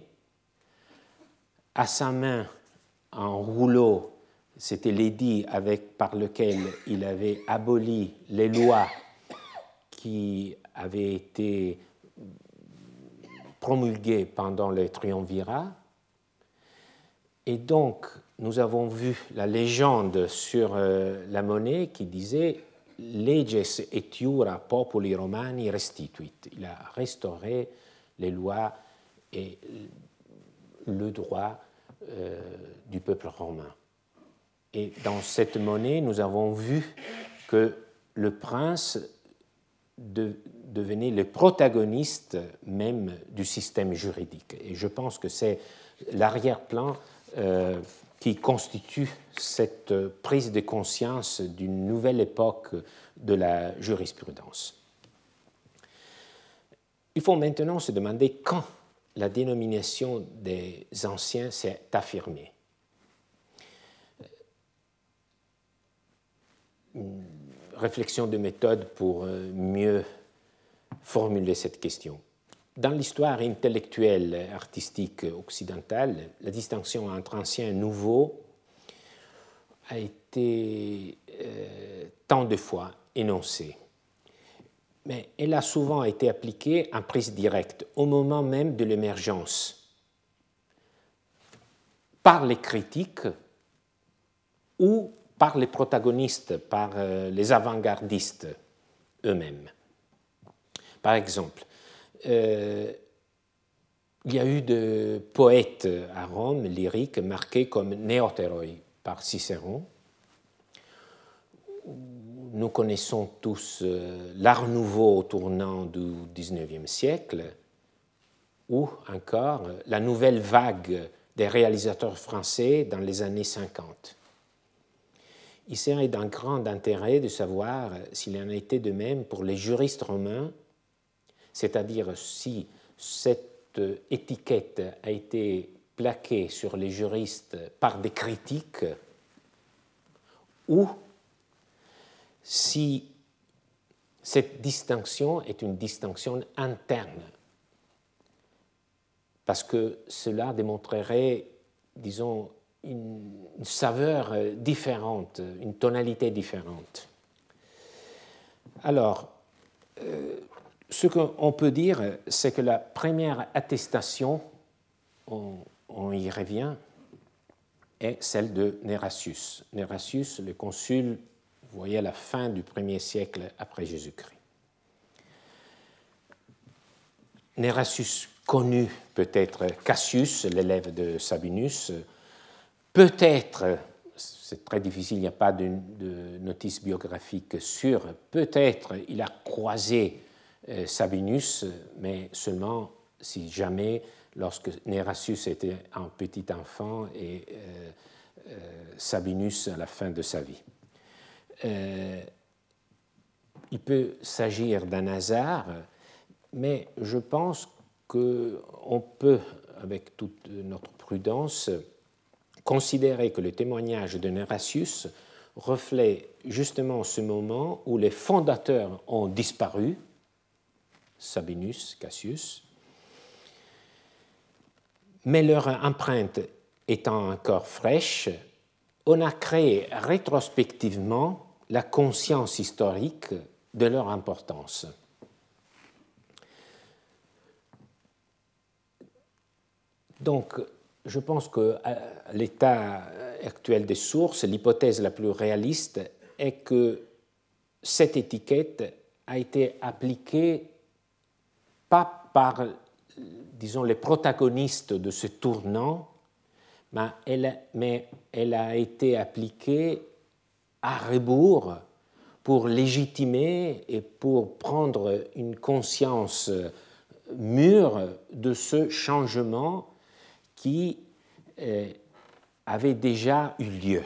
à sa main un rouleau, c'était l'édit par lequel il avait aboli les lois qui avaient été promulguées pendant le triumvirat. Et donc, nous avons vu la légende sur la monnaie qui disait « Leges et iura populi romani restituit ». Il a restauré les lois et le droit du peuple romain. Et dans cette monnaie, nous avons vu que le prince devenait le protagoniste même du système juridique. Et je pense que c'est l'arrière-plan qui constitue cette prise de conscience d'une nouvelle époque de la jurisprudence. Il faut maintenant se demander quand la dénomination des anciens s'est affirmée. Une réflexion de méthode pour mieux formuler cette question. Dans l'histoire intellectuelle et artistique occidentale, la distinction entre ancien et nouveau a été tant de fois énoncée. Mais elle a souvent été appliquée en prise directe, au moment même de l'émergence, par les critiques ou par les protagonistes, par les avant-gardistes eux-mêmes. Par exemple, il y a eu des poètes à Rome, lyriques, marqués comme néoteroi par Cicéron. Nous connaissons tous l'Art nouveau au tournant du XIXe siècle, ou encore la nouvelle vague des réalisateurs français dans les années 50. Il serait d'un grand intérêt de savoir s'il en était de même pour les juristes romains, c'est-à-dire si cette étiquette a été plaquée sur les juristes par des critiques ou si cette distinction est une distinction interne, parce que cela démontrerait, disons, une saveur différente, une tonalité différente. Alors, ce qu'on peut dire, c'est que la première attestation, on y revient, est celle de Nerasius. Nerasius, le consul, vous voyez, à la fin du 1er siècle après Jésus-Christ. Nerasius connu peut-être Cassius, l'élève de Sabinus, peut-être, c'est très difficile, il n'y a pas de notice biographique sûre, peut-être il a croisé Sabinus, mais seulement si jamais lorsque Neratius était un petit enfant et Sabinus à la fin de sa vie. Il peut s'agir d'un hasard, mais je pense qu'on peut, avec toute notre prudence, considérer que le témoignage de Neratius reflète justement ce moment où les fondateurs ont disparu, Sabinus, Cassius, mais leur empreinte étant encore fraîche, on a créé rétrospectivement la conscience historique de leur importance. Donc, je pense qu'à l'état actuel des sources, l'hypothèse la plus réaliste est que cette étiquette a été appliquée pas par, disons, les protagonistes de ce tournant, mais elle a été appliquée à rebours pour légitimer et pour prendre une conscience mûre de ce changement qui avait déjà eu lieu.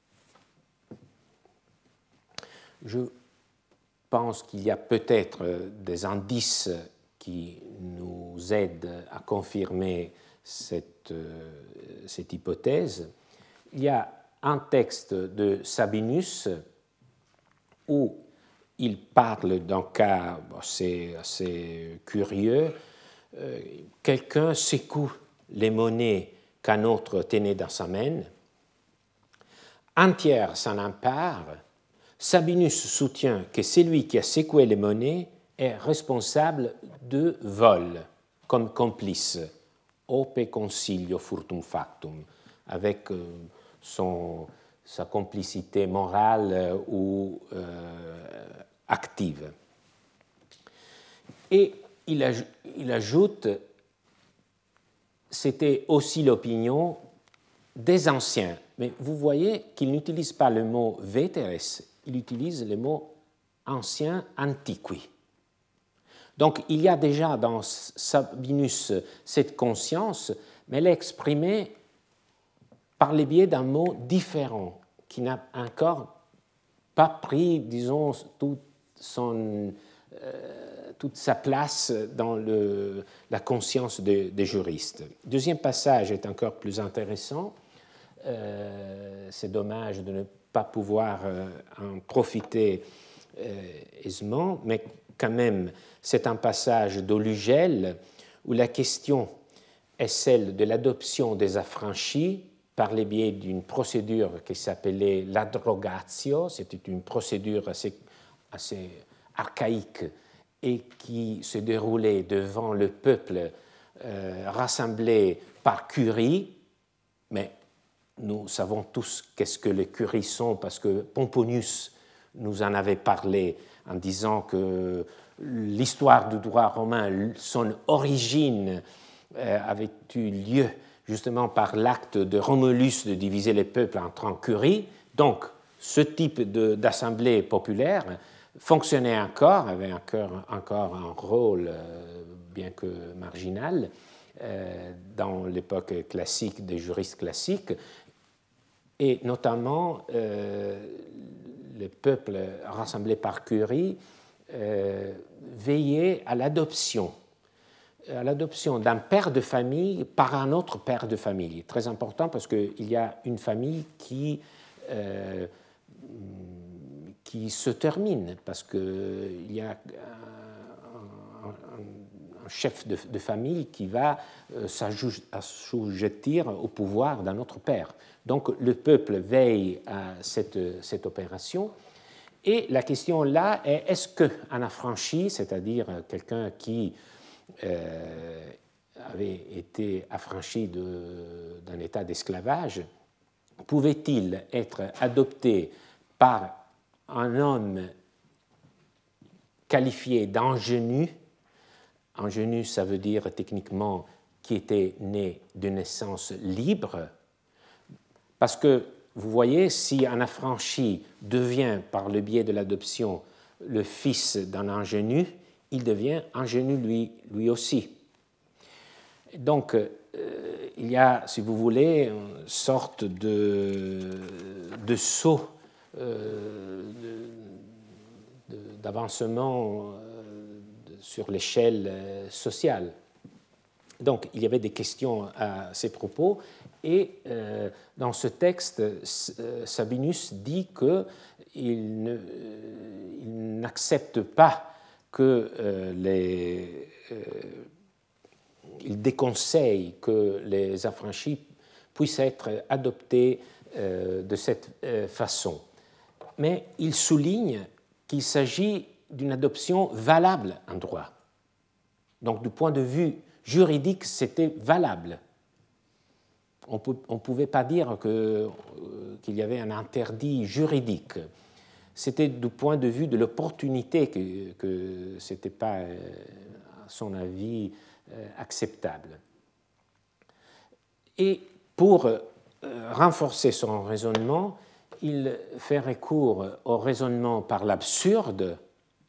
Je pense qu'il y a peut-être des indices qui nous aident à confirmer cette hypothèse. Il y a un texte de Sabinus où il parle d'un cas assez curieux. Quelqu'un secoue les monnaies qu'un autre tenait dans sa main. Un tiers s'en empare. Sabinus soutient que celui qui a secoué les monnaies est responsable de vol, comme complice, ope consilio furtum factum, avec sa complicité morale ou active. Et il ajoute, c'était aussi l'opinion des anciens. Mais vous voyez qu'il n'utilise pas le mot veteres, il utilise le mot ancien, antiqui. Donc il y a déjà dans Sabinus cette conscience, mais elle est exprimée par le biais d'un mot différent, qui n'a encore pas pris, disons, toute sa place dans la conscience des juristes. Le deuxième passage est encore plus intéressant. C'est dommage de ne pas pouvoir en profiter aisément, mais quand même, c'est un passage d'Olugel où la question est celle de l'adoption des affranchis par le biais d'une procédure qui s'appelait l'adrogatio. C'était une procédure assez archaïque et qui se déroulait devant le peuple rassemblé par curie, mais nous savons tous qu'est-ce que les curies sont parce que Pomponius nous en avait parlé en disant que l'histoire du droit romain, son origine avait eu lieu justement par l'acte de Romulus de diviser les peuples en 30 curies. Donc, ce type d'assemblée populaire fonctionnait encore, avait encore un rôle, bien que marginal, dans l'époque classique des juristes classiques, et notamment les peuples rassemblés par curie veillaient à l'adoption d'un père de famille par un autre père de famille. Très important parce qu'il y a une famille qui se termine, parce qu'il y a un chef de famille qui va s'assujettir au pouvoir d'un autre père. Donc le peuple veille à cette opération. Et la question là est, est-ce qu'un affranchi, c'est-à-dire quelqu'un qui avait été affranchi d'un état d'esclavage, pouvait-il être adopté par un homme qualifié d'ingénu? Ingénu, ça veut dire techniquement qui était né de naissance libre, parce que vous voyez, si un affranchi devient par le biais de l'adoption le fils d'un ingénu, il devient ingénu lui aussi. Donc, il y a, si vous voulez, une sorte de saut d'avancement sur l'échelle sociale. Donc, il y avait des questions à ces propos, et dans ce texte, Sabinus dit qu'il n'accepte pas que il déconseille que les affranchis puissent être adoptés de cette façon. Mais il souligne qu'il s'agit d'une adoption valable en droit. Donc, du point de vue juridique, c'était valable. On ne pouvait pas dire qu'il y avait un interdit juridique. C'était du point de vue de l'opportunité que ce n'était pas, à son avis, acceptable. Et pour renforcer son raisonnement, il fait recours au raisonnement par l'absurde,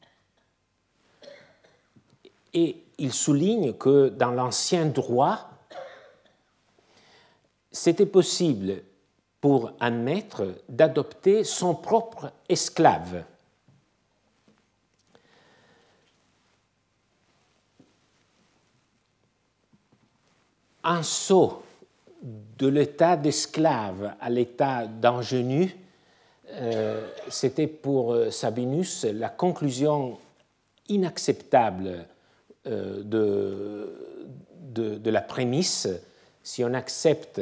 et il souligne que dans l'ancien droit, c'était possible pour un maître d'adopter son propre esclave. Un saut de l'état d'esclave à l'état d'ingénu, c'était pour Sabinus la conclusion inacceptable de la prémisse. Si on accepte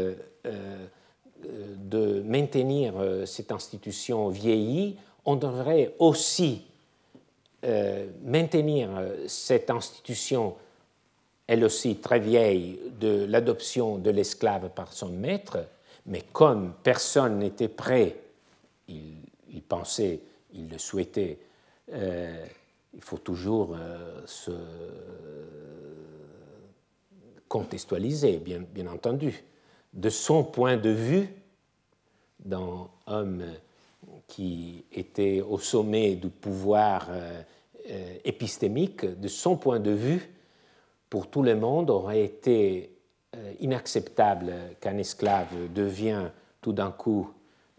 de maintenir cette institution vieillie, on devrait aussi maintenir cette institution, elle aussi très vieille, de l'adoption de l'esclave par son maître, mais comme personne n'était prêt, il pensait, il le souhaitait, il faut toujours se contextualiser, bien entendu. De son point de vue, d'un homme qui était au sommet du pouvoir épistémique, de son point de vue, pour tout le monde, aurait été inacceptable qu'un esclave devienne tout d'un coup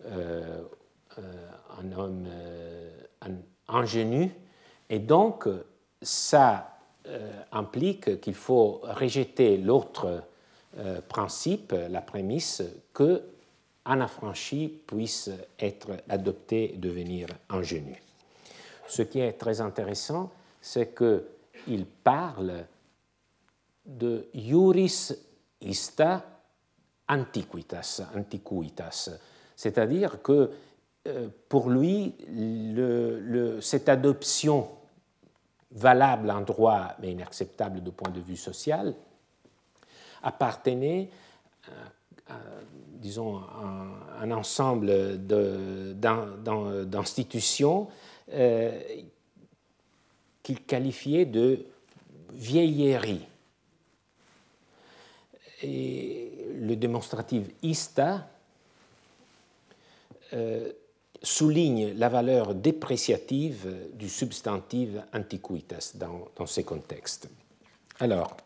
un homme ingénu, et donc ça implique qu'il faut rejeter l'autre principe, la prémisse qu'un affranchi puisse être adopté et devenir ingénu. Ce qui est très intéressant, c'est qu'il parle de iuris ista antiquitas, c'est-à-dire que pour lui, cette adoption valable en droit mais inacceptable du point de vue social appartenait disons, un ensemble d'institutions qu'il qualifiait de vieillerie. Et le démonstratif ista souligne la valeur dépréciative du substantif antiquitas dans ces contextes. Alors,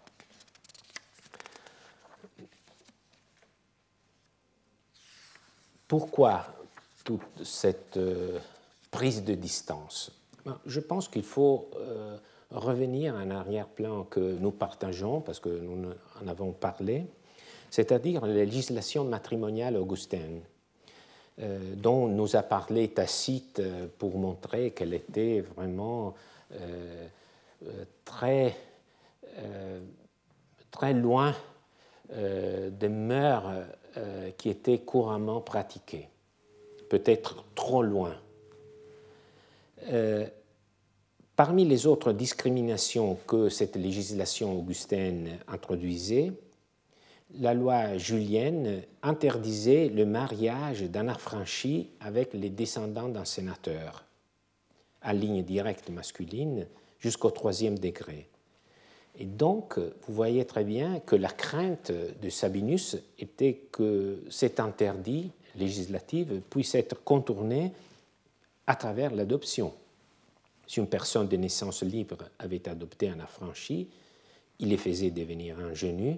pourquoi toute cette prise de distance? Je pense qu'il faut revenir à un arrière-plan que nous partageons, parce que nous en avons parlé, c'est-à-dire la législation matrimoniale augustine, dont nous a parlé Tacite pour montrer qu'elle était vraiment très loin des mœurs qui étaient couramment pratiquées, peut-être trop loin. Parmi les autres discriminations que cette législation augustine introduisait, la loi julienne interdisait le mariage d'un affranchi avec les descendants d'un sénateur, à ligne directe masculine, jusqu'au 3e degré. Et donc, vous voyez très bien que la crainte de Sabinus était que cet interdit législatif puisse être contourné à travers l'adoption. Si une personne de naissance libre avait adopté un affranchi, il les faisait devenir ingénus,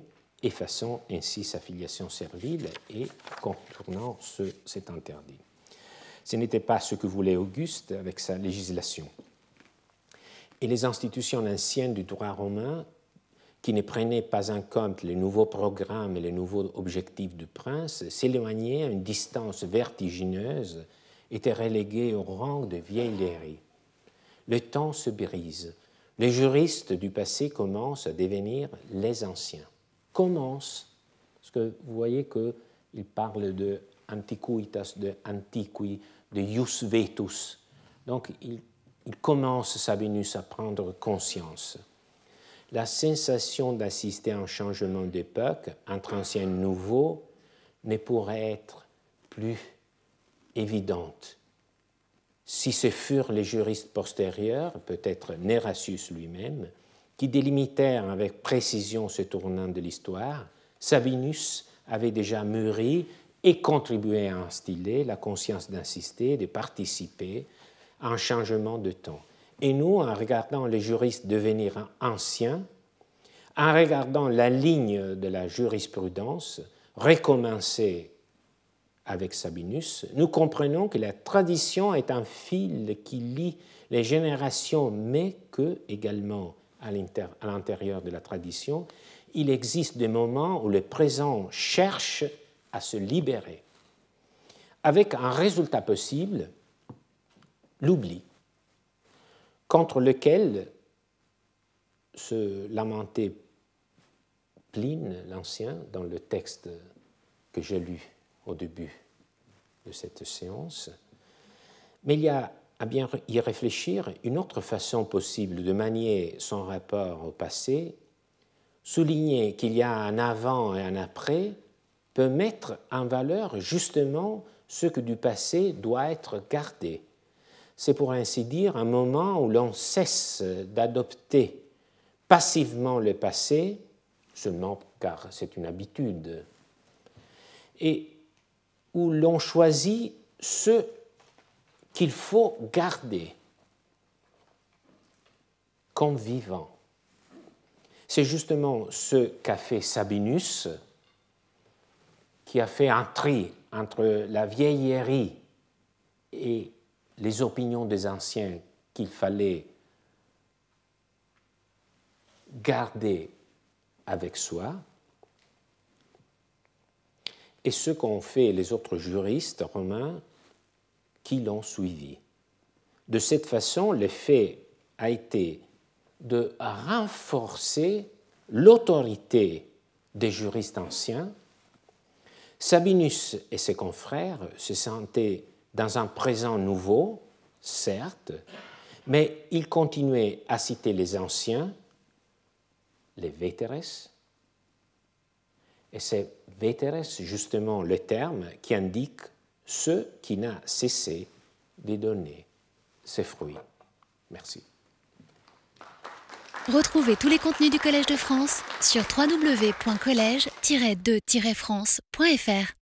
effaçant ainsi sa filiation servile et contournant cet interdit. Ce n'était pas ce que voulait Auguste avec sa législation. Et les institutions anciennes du droit romain, qui ne prenaient pas en compte les nouveaux programmes et les nouveaux objectifs du prince, s'éloignaient à une distance vertigineuse, étaient reléguées au rang de vieilleries. Le temps se brise. Les juristes du passé commencent à devenir les anciens. Commencent, parce que vous voyez qu'il parle de antiquitas, de antiqui, de ius vetus. Donc il commence, Sabinus, à prendre conscience. La sensation d'assister à un changement d'époque, entre ancien et nouveau, ne pourrait être plus évidente. Si ce furent les juristes postérieurs, peut-être Neratius lui-même, qui délimitèrent avec précision ce tournant de l'histoire, Sabinus avait déjà mûri et contribué à instiller la conscience d'insister, de participer à un changement de temps. Et nous, en regardant les juristes devenir anciens, en regardant la ligne de la jurisprudence recommencer avec Sabinus, nous comprenons que la tradition est un fil qui lie les générations, mais que, également à l'intérieur de la tradition, il existe des moments où le présent cherche à se libérer, avec un résultat possible, l'oubli, contre lequel se lamentait Pline l'Ancien dans le texte que j'ai lu au début de cette séance. Mais il y a à bien y réfléchir une autre façon possible de manier son rapport au passé, souligner qu'il y a un avant et un après, peut mettre en valeur justement ce que du passé doit être gardé. C'est pour ainsi dire un moment où l'on cesse d'adopter passivement le passé, seulement car c'est une habitude, et où l'on choisit ce qu'il faut garder comme vivant. C'est justement ce qu'a fait Sabinus, qui a fait un tri entre la vieillerie et les opinions des anciens qu'il fallait garder avec soi, et ce qu'ont fait les autres juristes romains qui l'ont suivi. De cette façon, l'effet a été de renforcer l'autorité des juristes anciens. Sabinus et ses confrères se sentaient dans un présent nouveau, certes, mais ils continuaient à citer les anciens, les veteres, et c'est veteres justement le terme qui indique ce qui n'a cessé de donner ses fruits. Merci. Retrouvez tous les contenus du Collège de France sur www.collège-2-france.fr.